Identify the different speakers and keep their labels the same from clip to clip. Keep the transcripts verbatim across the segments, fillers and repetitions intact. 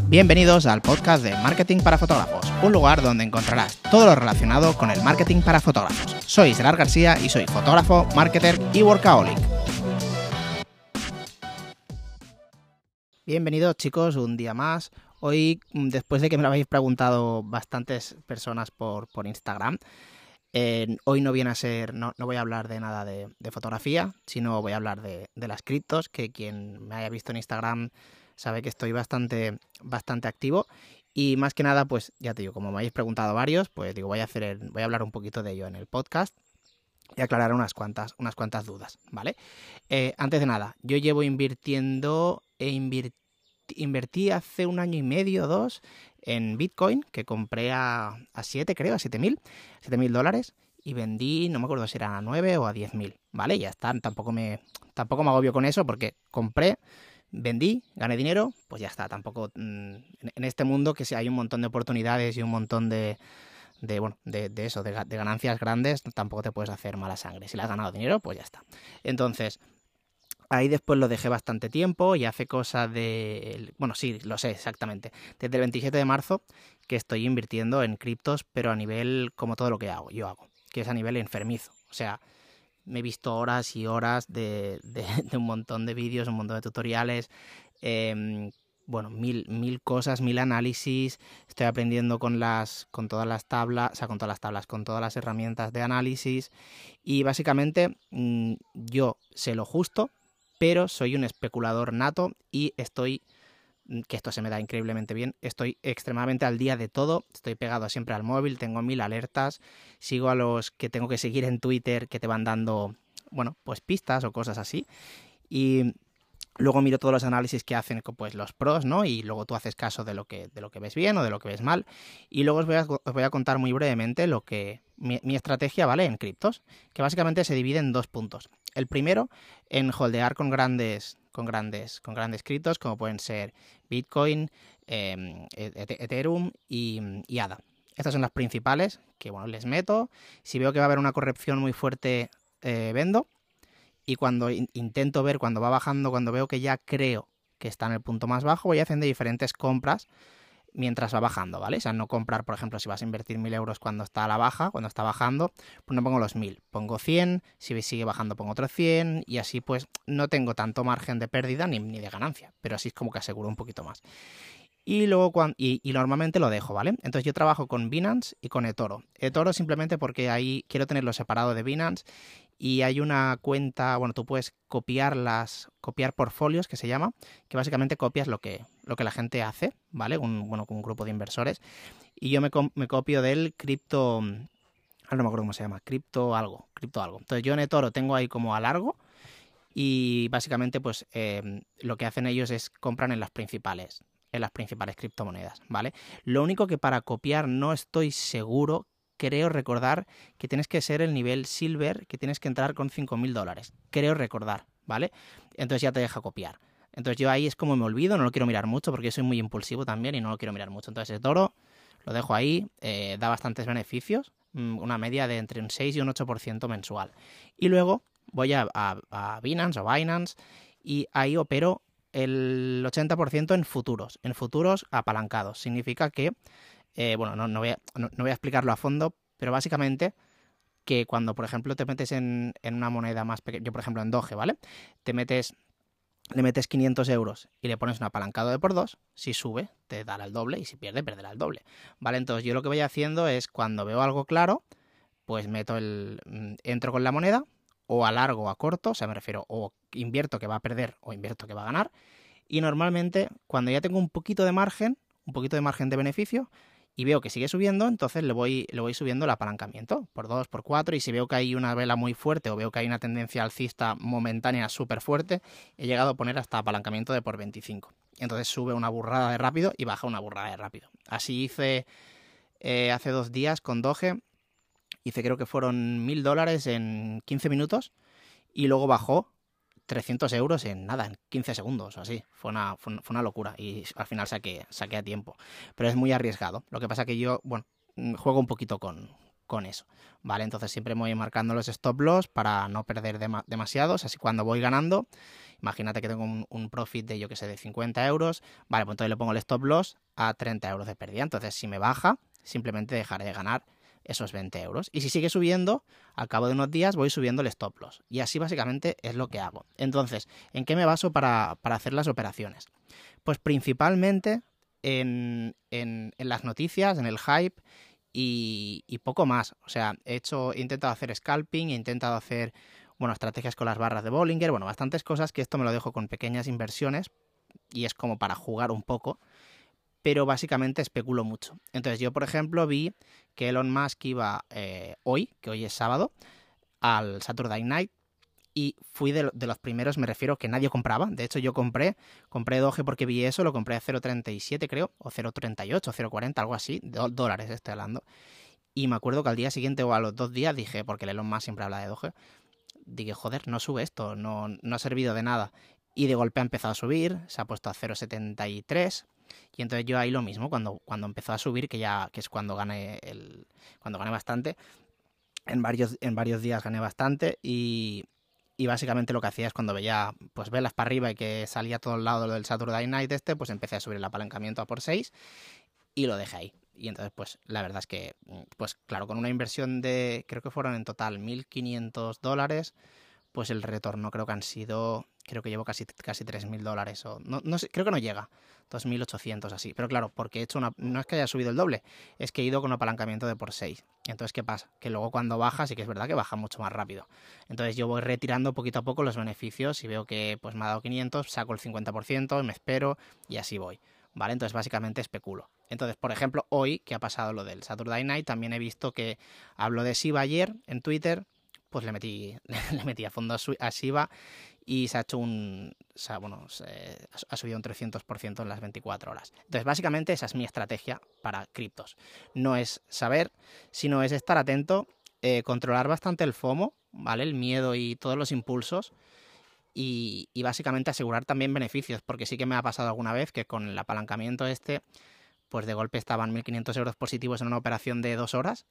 Speaker 1: Bienvenidos al podcast de Marketing para Fotógrafos, un lugar donde encontrarás todo lo relacionado con el marketing para fotógrafos. Soy Gerard García y soy fotógrafo, marketer y workaholic. Bienvenidos chicos, un día más. Hoy, después de que me lo habéis preguntado bastantes personas por, por Instagram, eh, hoy no viene a ser, no, no voy a hablar de nada de, de fotografía, sino voy a hablar de, de las criptos, que quien me haya visto en Instagram sabe que estoy bastante, bastante activo. Y más que nada, pues ya te digo, como me habéis preguntado varios, pues digo, voy a hacer el, voy a hablar un poquito de ello en el podcast y aclarar unas cuantas, unas cuantas dudas, ¿vale? Eh, antes de nada, yo llevo invirtiendo e invirtiendo Invertí hace un año y medio o dos en Bitcoin, que compré a, a siete, creo, a siete mil dólares, y vendí, no me acuerdo si eran a nueve o a diez mil, ¿vale? Ya está, tampoco me, tampoco me agobio con eso porque compré, vendí, gané dinero, pues ya está, tampoco, mmm, en, en este mundo que hay un montón de oportunidades y un montón de, de bueno, de, de eso, de, de ganancias grandes, tampoco te puedes hacer mala sangre. Si le has ganado dinero, pues ya está. Entonces, ahí después lo dejé bastante tiempo y hace cosa de... Bueno, sí, lo sé exactamente. Desde el veintisiete de marzo que estoy invirtiendo en criptos, pero a nivel como todo lo que hago, yo hago, que es a nivel enfermizo. O sea, me he visto horas y horas de, de, de un montón de vídeos, un montón de tutoriales, eh, bueno, mil, mil cosas, mil análisis. Estoy aprendiendo con las, con todas las tablas, o sea, con todas las tablas, con todas las herramientas de análisis. Y básicamente mmm, yo sé lo justo, pero soy un especulador nato y estoy, que esto se me da increíblemente bien, estoy extremadamente al día de todo, estoy pegado siempre al móvil, tengo mil alertas, sigo a los que tengo que seguir en Twitter que te van dando, bueno, pues pistas o cosas así, y luego miro todos los análisis que hacen pues los pros, ¿no? Y luego tú haces caso de lo que, de lo que ves bien o de lo que ves mal. Y luego os voy a, os voy a contar muy brevemente lo que mi, mi estrategia, ¿vale? En criptos, que básicamente se divide en dos puntos. El primero, en holdear con grandes, con grandes, con grandes criptos, como pueden ser Bitcoin, eh, Ethereum y, y A D A. Estas son las principales que, bueno, les meto. Si veo que va a haber una corrección muy fuerte, eh, vendo. Y cuando in- intento ver, cuando va bajando, cuando veo que ya creo que está en el punto más bajo, voy haciendo diferentes compras mientras va bajando, ¿vale? O sea, no comprar, por ejemplo, si vas a invertir mil euros cuando está a la baja, cuando está bajando, pues no pongo los mil, pongo cien, si sigue bajando pongo otros cien, y así pues no tengo tanto margen de pérdida ni, ni de ganancia, pero así es como que aseguro un poquito más. Y luego cuando, y, y normalmente lo dejo, ¿vale? Entonces yo trabajo con Binance y con eToro. eToro simplemente porque ahí quiero tenerlo separado de Binance y hay una cuenta, bueno, tú puedes copiar las, copiar portfolios, que se llama, que básicamente copias lo que, lo que la gente hace, ¿vale? Un, bueno, con un grupo de inversores. Y yo me, me copio del cripto, ahora no me acuerdo cómo se llama, cripto algo, cripto algo. Entonces yo en eToro tengo ahí como a largo y básicamente pues eh, lo que hacen ellos es compran en las principales, en las principales criptomonedas, ¿vale? Lo único que para copiar no estoy seguro, creo recordar que tienes que ser el nivel silver, que tienes que entrar con cinco mil dólares, creo recordar, ¿vale? Entonces ya te deja copiar. Entonces yo ahí es como me olvido, no lo quiero mirar mucho porque yo soy muy impulsivo también y no lo quiero mirar mucho. Entonces el toro lo dejo ahí, eh, da bastantes beneficios, una media de entre un seis y un ocho por ciento mensual. Y luego voy a, a, a Binance o Binance y ahí opero el ochenta por ciento en futuros, en futuros apalancados. Significa que, eh, bueno, no, no, voy a, no, no voy a explicarlo a fondo, pero básicamente que cuando, por ejemplo, te metes en, en una moneda más pequeña, yo por ejemplo en Doge, ¿vale? Te metes, le metes quinientos euros y le pones un apalancado de por dos, si sube, te dará el doble y si pierde, perderá el doble, ¿vale? Entonces yo lo que voy haciendo es cuando veo algo claro, pues meto el, entro con la moneda, o a largo o a corto, o sea, me refiero, o invierto que va a perder o invierto que va a ganar, y normalmente cuando ya tengo un poquito de margen, un poquito de margen de beneficio, y veo que sigue subiendo, entonces le voy, le voy subiendo el apalancamiento, por dos, por cuatro, y si veo que hay una vela muy fuerte o veo que hay una tendencia alcista momentánea súper fuerte, he llegado a poner hasta apalancamiento de por veinticinco. Entonces sube una burrada de rápido y baja una burrada de rápido. Así hice eh, hace dos días con Doge. Hice creo que fueron mil dólares en quince minutos y luego bajó trescientos euros en nada, en quince segundos o así. Fue una, fue una locura y al final saqué, saqué a tiempo. Pero es muy arriesgado. Lo que pasa que yo, bueno, juego un poquito con, con eso, ¿vale? Entonces siempre me voy marcando los stop loss para no perder dem- demasiados, así cuando voy ganando, imagínate que tengo un, un profit de, yo que sé, de cincuenta euros, vale, pues entonces le pongo el stop loss a treinta euros de pérdida, entonces si me baja, simplemente dejaré de ganar esos veinte euros. Y si sigue subiendo, al cabo de unos días voy subiendo el stop loss. Y así básicamente es lo que hago. Entonces, ¿en qué me baso para, para hacer las operaciones? Pues principalmente en, en, en las noticias, en el hype y, y poco más. O sea, he hecho, he intentado hacer scalping, he intentado hacer, bueno, estrategias con las barras de Bollinger, bueno, bastantes cosas que esto me lo dejo con pequeñas inversiones y es como para jugar un poco, pero básicamente especulo mucho. Entonces yo, por ejemplo, vi que Elon Musk iba eh, hoy, que hoy es sábado, al Saturday Night y fui de, de los primeros, me refiero, que nadie compraba. De hecho, yo compré, compré Doge porque vi eso, lo compré a cero coma treinta y siete creo, o cero coma treinta y ocho, cero coma cuarenta, algo así, do, dólares estoy hablando. Y me acuerdo que al día siguiente o a los dos días dije, porque el Elon Musk siempre habla de Doge, dije, joder, no sube esto, no, no ha servido de nada. Y de golpe ha empezado a subir, se ha puesto a cero coma setenta y tres. Y entonces yo ahí lo mismo, cuando, cuando empezó a subir, que ya que es cuando gané el, cuando gané bastante, en varios, en varios días gané bastante y, y básicamente lo que hacía es cuando veía pues velas para arriba y que salía a todos lados del Saturday Night este, pues empecé a subir el apalancamiento a por seis y lo dejé ahí. Y entonces pues la verdad es que, pues claro, con una inversión de, creo que fueron en total mil quinientos dólares, pues el retorno creo que han sido, creo que llevo casi, casi tres mil dólares o no, no sé, creo que no llega, dos mil ochocientos así, pero claro, porque he hecho una, no es que haya subido el doble, es que he ido con un apalancamiento de por seis. Entonces, ¿qué pasa? Que luego cuando baja, sí que es verdad que baja mucho más rápido. Entonces yo voy retirando poquito a poco los beneficios y veo que pues me ha dado quinientos, saco el cincuenta por ciento, me espero y así voy, ¿vale? Entonces básicamente especulo. Entonces, por ejemplo, hoy que ha pasado lo del Saturday Night, también he visto que habló de Shiba ayer en Twitter, pues le metí, le metí a fondo a Shiba y se ha hecho un, o sea, bueno, se, ha subido un trescientos por ciento en las veinticuatro horas. Entonces, básicamente esa es mi estrategia para criptos. No es saber, sino es estar atento, eh, controlar bastante el FOMO, ¿vale? El miedo y todos los impulsos y, y básicamente asegurar también beneficios, porque sí que me ha pasado alguna vez que con el apalancamiento este, pues de golpe estaban mil quinientos euros positivos en una operación de dos horas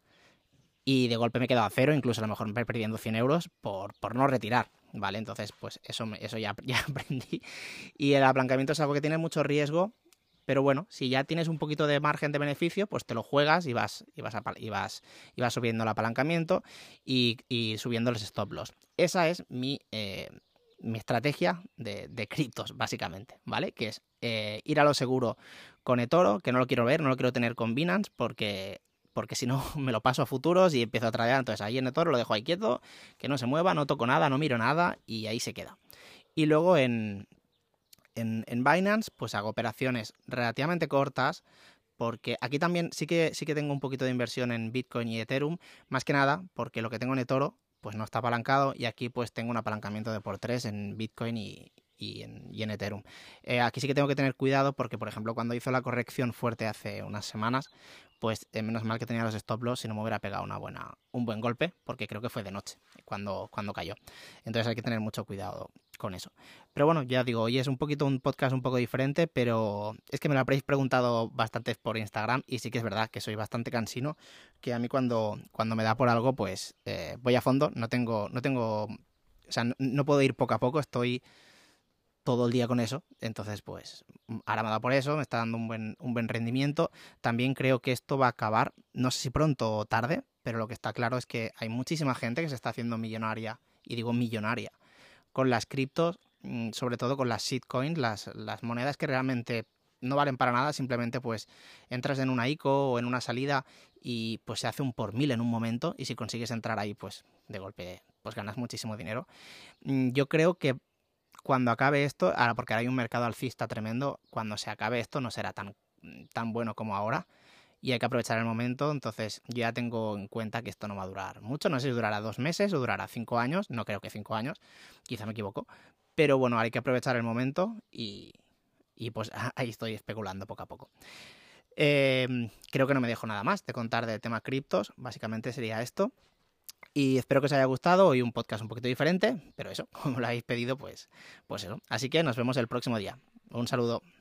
Speaker 1: y de golpe me he quedado a cero, incluso a lo mejor me he perdiendo cien euros por, por no retirar, ¿vale? Entonces, pues eso, eso ya, ya aprendí. Y el apalancamiento es algo que tiene mucho riesgo, pero bueno, si ya tienes un poquito de margen de beneficio, pues te lo juegas y vas, y vas, a, y vas, y vas subiendo el apalancamiento y, y subiendo los stop loss. Esa es mi, eh, mi estrategia de, de criptos, básicamente, ¿vale? Que es eh, ir a lo seguro con eToro, que no lo quiero ver, no lo quiero tener con Binance, porque... porque si no me lo paso a futuros y empiezo a tradear. Entonces ahí en eToro lo dejo ahí quieto, que no se mueva, no toco nada, no miro nada y ahí se queda. Y luego en, en, en Binance pues hago operaciones relativamente cortas, porque aquí también sí que, sí que tengo un poquito de inversión en Bitcoin y Ethereum, más que nada porque lo que tengo en eToro pues no está apalancado y aquí pues tengo un apalancamiento de por tres en Bitcoin y, y, en, y en Ethereum. Eh, aquí sí que tengo que tener cuidado porque, por ejemplo, cuando hizo la corrección fuerte hace unas semanas, pues eh, menos mal que tenía los stop loss, si no me hubiera pegado una buena, un buen golpe, porque creo que fue de noche cuando, cuando cayó. Entonces hay que tener mucho cuidado con eso. Pero bueno, ya digo, hoy es un poquito un podcast un poco diferente, pero es que me lo habréis preguntado bastante por Instagram y sí que es verdad que soy bastante cansino, que a mí cuando, cuando me da por algo, pues eh, voy a fondo, no tengo, no tengo, o sea, no, no puedo ir poco a poco, estoy todo el día con eso, entonces pues ahora me da por eso, me está dando un buen, un buen rendimiento. También creo que esto va a acabar, no sé si pronto o tarde, pero lo que está claro es que hay muchísima gente que se está haciendo millonaria, y digo millonaria, con las criptos, sobre todo con las shitcoins, las, las monedas que realmente no valen para nada, simplemente pues entras en una I C O o en una salida y pues se hace un por mil en un momento y si consigues entrar ahí pues de golpe pues ganas muchísimo dinero. Yo creo que cuando acabe esto, ahora porque ahora hay un mercado alcista tremendo, cuando se acabe esto no será tan, tan bueno como ahora y hay que aprovechar el momento. Entonces yo ya tengo en cuenta que esto no va a durar mucho, no sé si durará dos meses o durará cinco años, no creo que cinco años, quizá me equivoco, pero bueno, hay que aprovechar el momento y, y pues ahí estoy especulando poco a poco. Eh, creo que no me dejo nada más de contar del tema criptos, básicamente sería esto. Y espero que os haya gustado, hoy un podcast un poquito diferente, pero eso, como lo habéis pedido, pues, pues eso. Así que nos vemos el próximo día. Un saludo.